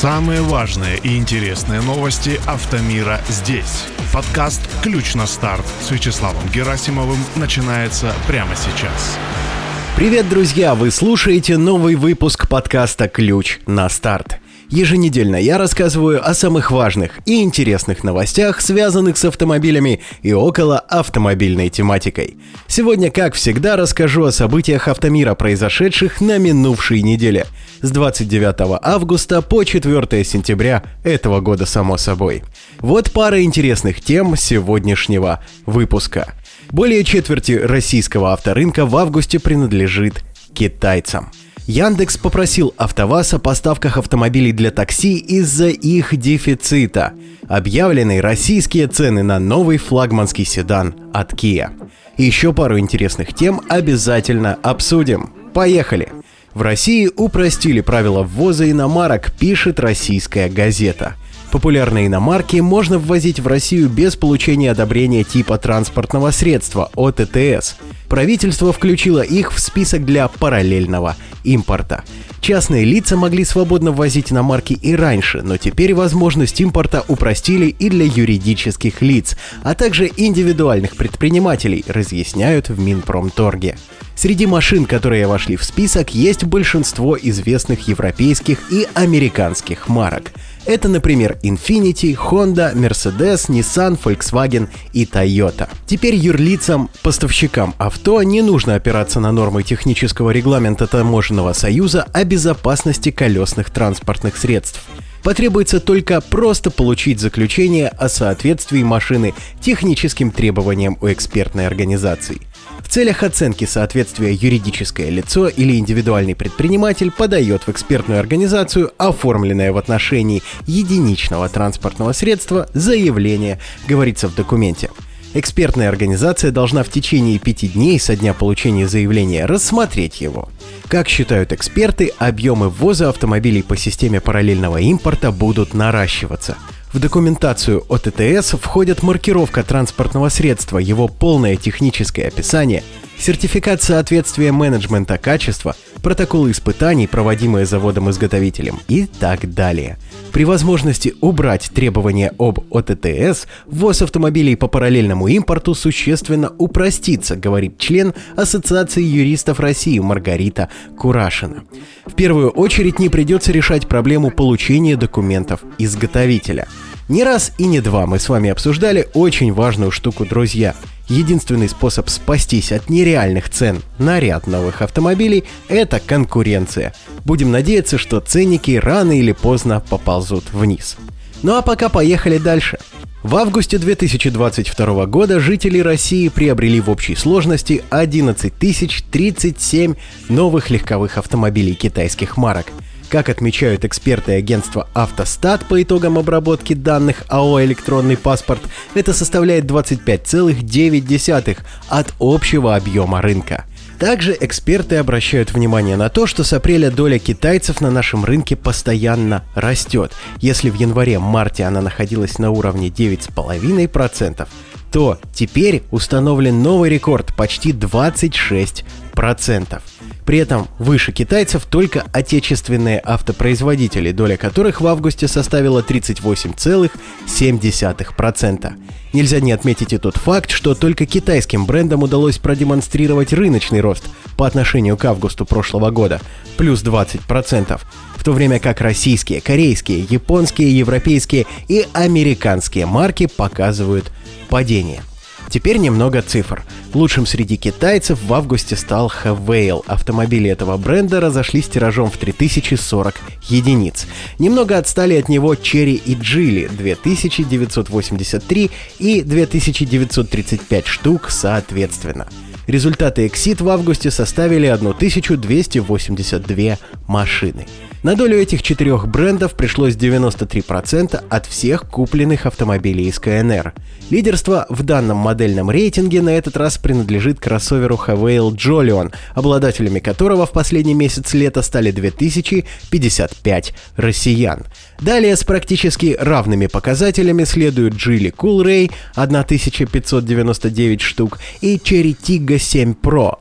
Самые важные и интересные новости автомира здесь. Подкаст «Ключ на старт» с Вячеславом Герасимовым начинается прямо сейчас. Привет, друзья! Вы слушаете новый выпуск подкаста «Ключ на старт». Еженедельно я рассказываю о самых важных и интересных новостях, связанных с автомобилями и около автомобильной тематикой. Сегодня, как всегда, расскажу о событиях автомира, произошедших на минувшей неделе. С 29 августа по 4 сентября этого года, само собой. Вот пара интересных тем сегодняшнего выпуска. Более четверти российского авторынка в августе принадлежит китайцам. Яндекс попросил АвтоВАЗ о поставках автомобилей для такси из-за их дефицита. Объявлены российские цены на новый флагманский седан от Kia. Еще пару интересных тем обязательно обсудим. Поехали! В России упростили правила ввоза иномарок, пишет «Российская газета». Популярные иномарки можно ввозить в Россию без получения одобрения типа транспортного средства ОТТС. Правительство включило их в список для параллельного импорта. Частные лица могли свободно ввозить иномарки и раньше, но теперь возможность импорта упростили и для юридических лиц, а также индивидуальных предпринимателей, разъясняют в Минпромторге. Среди машин, которые вошли в список, есть большинство известных европейских и американских марок. Это, например, Infiniti, Honda, Mercedes, Nissan, Volkswagen и Toyota. Теперь юрлицам, поставщикам авто не нужно опираться на нормы технического регламента Таможенного союза о безопасности колесных транспортных средств. Потребуется только просто получить заключение о соответствии машины техническим требованиям у экспертной организации. В целях оценки соответствия юридическое лицо или индивидуальный предприниматель подает в экспертную организацию, оформленное в отношении единичного транспортного средства, заявление, говорится в документе. Экспертная организация должна в течение 5 дней со дня получения заявления рассмотреть его. Как считают эксперты, объемы ввоза автомобилей по системе параллельного импорта будут наращиваться. В документацию ОТТС входят маркировка транспортного средства, его полное техническое описание, сертификат соответствия менеджмента качества, протоколы испытаний, проводимые заводом-изготовителем и так далее. При возможности убрать требования об ОТТС, ввоз автомобилей по параллельному импорту существенно упростится, говорит член Ассоциации юристов России Маргарита Курашина. В первую очередь не придется решать проблему получения документов изготовителя. Не раз и не два мы с вами обсуждали очень важную штуку, друзья. Единственный способ спастись от нереальных цен на ряд новых автомобилей – это конкуренция. Будем надеяться, что ценники рано или поздно поползут вниз. Ну а пока поехали дальше. В августе 2022 года жители России приобрели в общей сложности 11 037 новых легковых автомобилей китайских марок. Как отмечают эксперты агентства «Автостат» по итогам обработки данных АО «Электронный паспорт», это составляет 25,9% от общего объема рынка. Также эксперты обращают внимание на то, что с апреля доля китайцев на нашем рынке постоянно растет. Если в январе-марте она находилась на уровне 9,5%, то теперь установлен новый рекорд – почти 26%. При этом выше китайцев только отечественные автопроизводители, доля которых в августе составила 38,7%. Нельзя не отметить и тот факт, что только китайским брендам удалось продемонстрировать рыночный рост по отношению к августу прошлого года – плюс 20%, в то время как российские, корейские, японские, европейские и американские марки показывают падение. Теперь немного цифр. Лучшим среди китайцев в августе стал Havail. Автомобили этого бренда разошлись тиражом в 3040 единиц. Немного отстали от него Chery и Geely – 2983 и 2935 штук соответственно. Результаты Exit в августе составили 1282 машины. На долю этих 4 брендов пришлось 93% от всех купленных автомобилей из КНР. Лидерство в данном модельном рейтинге на этот раз принадлежит кроссоверу Havail Jolion, обладателями которого в последний месяц лета стали 2055 россиян. Далее с практически равными показателями следуют Geely Coolray 1599 штук и Chery Tiggo 7 Pro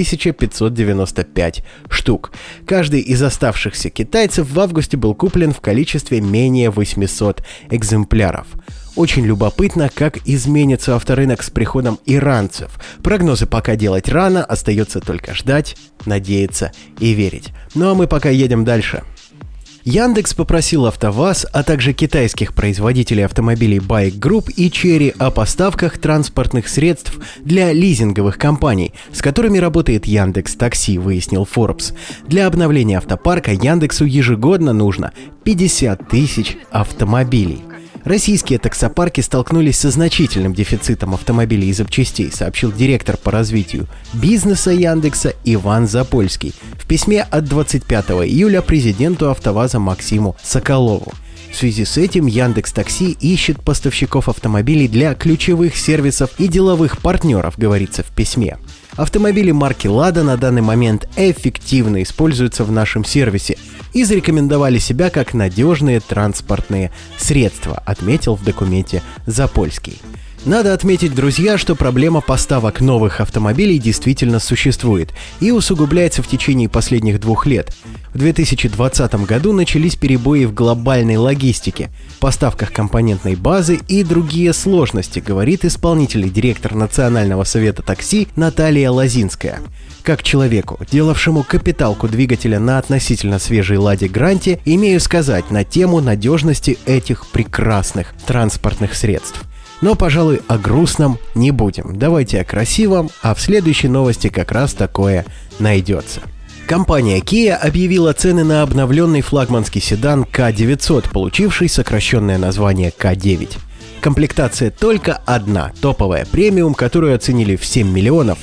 1595 штук. Каждый из оставшихся китайцев в августе был куплен в количестве менее 800 экземпляров. Очень любопытно, как изменится авторынок с приходом иранцев. Прогнозы пока делать рано, остается только ждать, надеяться и верить. Ну а мы пока едем дальше. Яндекс попросил АвтоВАЗ, а также китайских производителей автомобилей Bike Group и Chery о поставках транспортных средств для лизинговых компаний, с которыми работает Яндекс.Такси, выяснил Forbes. Для обновления автопарка Яндексу ежегодно нужно 50 тысяч автомобилей. Российские таксопарки столкнулись со значительным дефицитом автомобилей и запчастей, сообщил директор по развитию бизнеса Яндекса Иван Запольский в письме от 25 июля президенту АвтоВАЗа Максиму Соколову. В связи с этим Яндекс.Такси ищет поставщиков автомобилей для ключевых сервисов и деловых партнеров, говорится в письме. Автомобили марки «Лада» на данный момент эффективно используются в нашем сервисе и зарекомендовали себя как надежные транспортные средства, отметил в документе Запольский. Надо отметить, друзья, что проблема поставок новых автомобилей действительно существует и усугубляется в течение последних 2 лет. В 2020 году начались перебои в глобальной логистике, поставках компонентной базы и другие сложности, говорит исполнительный директор Национального совета такси Наталья Лозинская. Как человеку, делавшему капиталку двигателя на относительно свежей «Ладе Гранте», имею сказать на тему надежности этих прекрасных транспортных средств. Но, пожалуй, о грустном не будем. Давайте о красивом, а в следующей новости как раз такое найдется. Компания Kia объявила цены на обновленный флагманский седан K900, получивший сокращенное название K9. Комплектация только одна, топовая премиум, которую оценили в 7 миллионов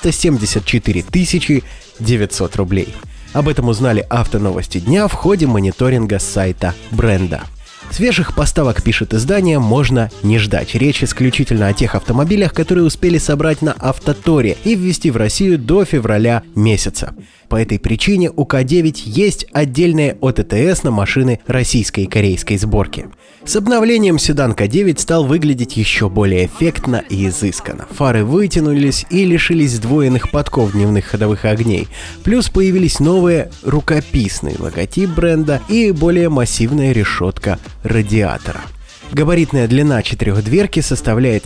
374 тысячи 900 рублей. Об этом узнали «Автоновости дня» в ходе мониторинга сайта бренда. Свежих поставок, пишет издание, можно не ждать. Речь исключительно о тех автомобилях, которые успели собрать на Автоторе и ввести в Россию до февраля месяца. По этой причине у К9 есть отдельные ОТТС на машины российской и корейской сборки. С обновлением седан К9 стал выглядеть еще более эффектно и изысканно. Фары вытянулись и лишились сдвоенных подков дневных ходовых огней. Плюс появились новые рукописный логотип бренда и более массивная решетка радиатора. Габаритная длина четырехдверки составляет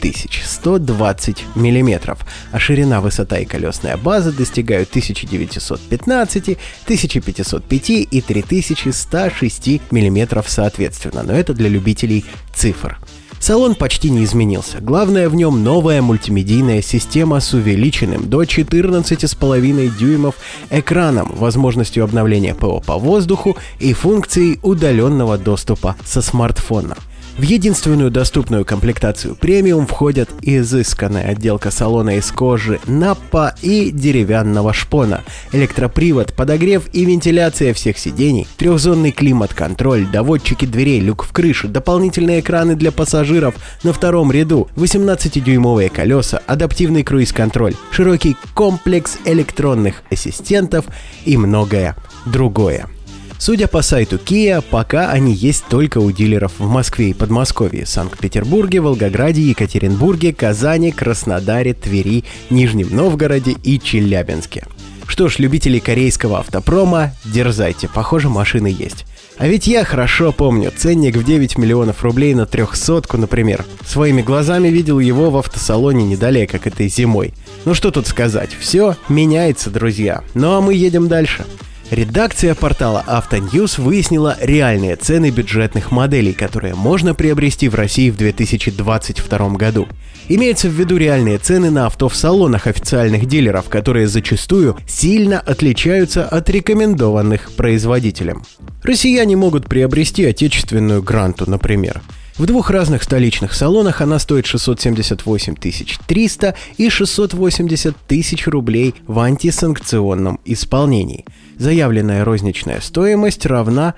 5120 мм, а ширина, высота и колесная база достигают 1915, 1505 и 3106 мм соответственно, но это для любителей цифр. Салон почти не изменился. Главное в нем новая мультимедийная система с увеличенным до 14,5 дюймов экраном, возможностью обновления ПО по воздуху и функцией удаленного доступа со смартфона. В единственную доступную комплектацию премиум входят изысканная отделка салона из кожи Наппа и деревянного шпона, электропривод, подогрев и вентиляция всех сидений, трехзонный климат-контроль, доводчики дверей, люк в крыше, дополнительные экраны для пассажиров на втором ряду, 18-дюймовые колеса, адаптивный круиз-контроль, широкий комплекс электронных ассистентов и многое другое. Судя по сайту Kia, пока они есть только у дилеров в Москве и Подмосковье, Санкт-Петербурге, Волгограде, Екатеринбурге, Казани, Краснодаре, Твери, Нижнем Новгороде и Челябинске. Что ж, любители корейского автопрома, дерзайте, похоже, машины есть. А ведь я хорошо помню ценник в 9 миллионов рублей на 300-ку, например. Своими глазами видел его в автосалоне не далее, как этой зимой. Ну что тут сказать, все меняется, друзья. Ну а мы едем дальше. Редакция портала Автоньюз выяснила реальные цены бюджетных моделей, которые можно приобрести в России в 2022 году. Имеется в виду реальные цены на авто в салонах официальных дилеров, которые зачастую сильно отличаются от рекомендованных производителем. Россияне могут приобрести отечественную Гранту, например. В двух разных столичных салонах она стоит 678 300 и 680 тысяч рублей в антисанкционном исполнении. Заявленная розничная стоимость равна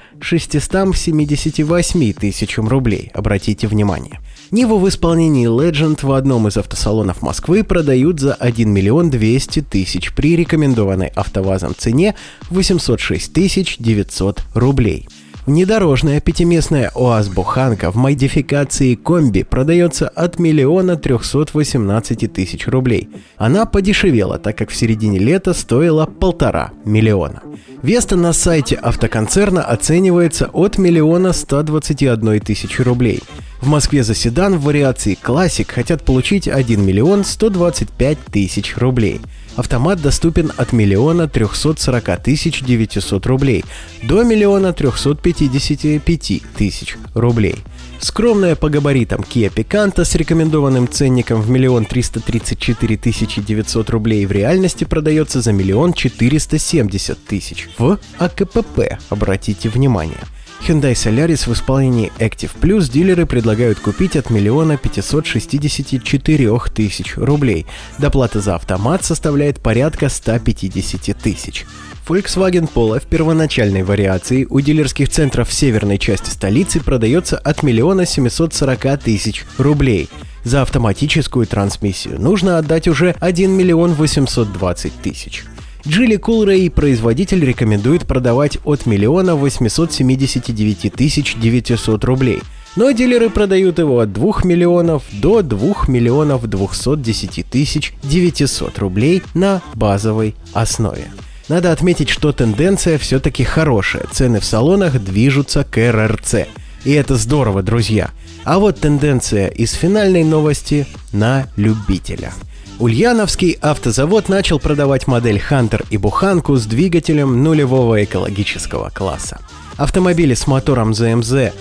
678 тысячам рублей, обратите внимание. Ниву в исполнении Legend в одном из автосалонов Москвы продают за 1 миллион 200 тысяч при рекомендованной АвтоВАЗом цене 806 900 рублей. Внедорожная пятиместная УАЗ-буханка в модификации комби продается от 1 318 000 рублей. Она подешевела, так как в середине лета стоила 1,5 миллиона. Веста на сайте автоконцерна оценивается от 1 121 000 рублей. В Москве за седан в вариации Classic хотят получить 1 125 000 рублей. Автомат доступен от 1 340 900 рублей до 1 355 000 рублей. Скромная по габаритам Kia Picanto с рекомендованным ценником в 1 334 900 рублей в реальности продается за 1 470 000 в АКПП, обратите внимание. Hyundai Solaris в исполнении Active Plus дилеры предлагают купить от 1 564 000 рублей. Доплата за автомат составляет порядка 150 000. Volkswagen Polo в первоначальной вариации у дилерских центров в северной части столицы продается от 1 740 000 рублей. За автоматическую трансмиссию нужно отдать уже 1 820 000. Geely Coolray производитель рекомендует продавать от 1 879 900 рублей, но дилеры продают его от 2 миллионов до 2 210 900 рублей на базовой основе. Надо отметить, что тенденция все-таки хорошая, цены в салонах движутся к РРЦ. И это здорово, друзья. А вот тенденция из финальной новости на любителя. Ульяновский автозавод начал продавать модель Hunter и буханку с двигателем нулевого экологического класса. Автомобили с мотором ZMZ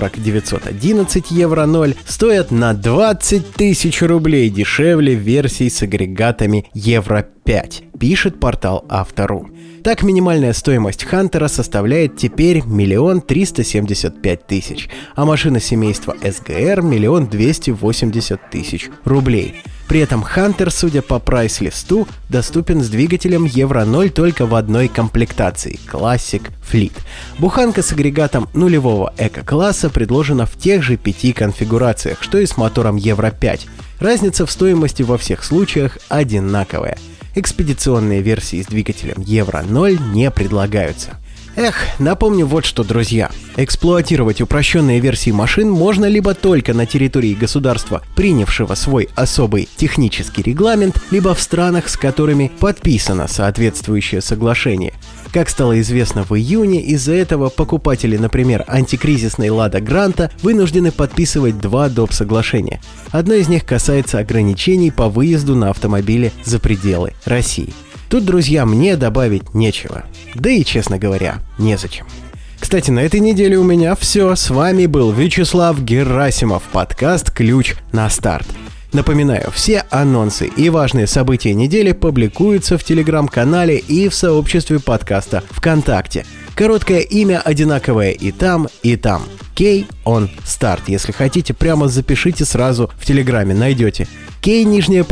40911 Евро 0 стоят на 20 000 рублей дешевле версий с агрегатами Евро 5, пишет портал Авто.ру. Так, минимальная стоимость Хантера составляет теперь 1 375 000, а машина семейства СГР 1 280 000 рублей. При этом Хантер, судя по прайс-листу, доступен с двигателем Евро 0 только в одной комплектации – Classic Fleet. Буханка с агрегатом нулевого эко-класса предложена в тех же 5 конфигурациях, что и с мотором Евро 5. Разница в стоимости во всех случаях одинаковая. Экспедиционные версии с двигателем Евро 0 не предлагаются. Напомню вот что, друзья. Эксплуатировать упрощенные версии машин можно либо только на территории государства, принявшего свой особый технический регламент, либо в странах, с которыми подписано соответствующее соглашение. Как стало известно в июне, из-за этого покупатели, например, антикризисной Lada Granta, вынуждены подписывать 2 доп. Соглашения. Одно из них касается ограничений по выезду на автомобиле за пределы России. Тут, друзья, мне добавить нечего. Да и, честно говоря, незачем. Кстати, на этой неделе у меня все. С вами был Вячеслав Герасимов, подкаст «Ключ на старт». Напоминаю, все анонсы и важные события недели публикуются в телеграм-канале и в сообществе подкаста ВКонтакте. Короткое имя одинаковое и там, и там. K-on Start. Если хотите, прямо запишите сразу в телеграме, найдете.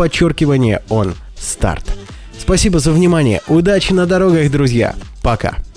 K_on Start. Спасибо за внимание. Удачи на дорогах, друзья. Пока.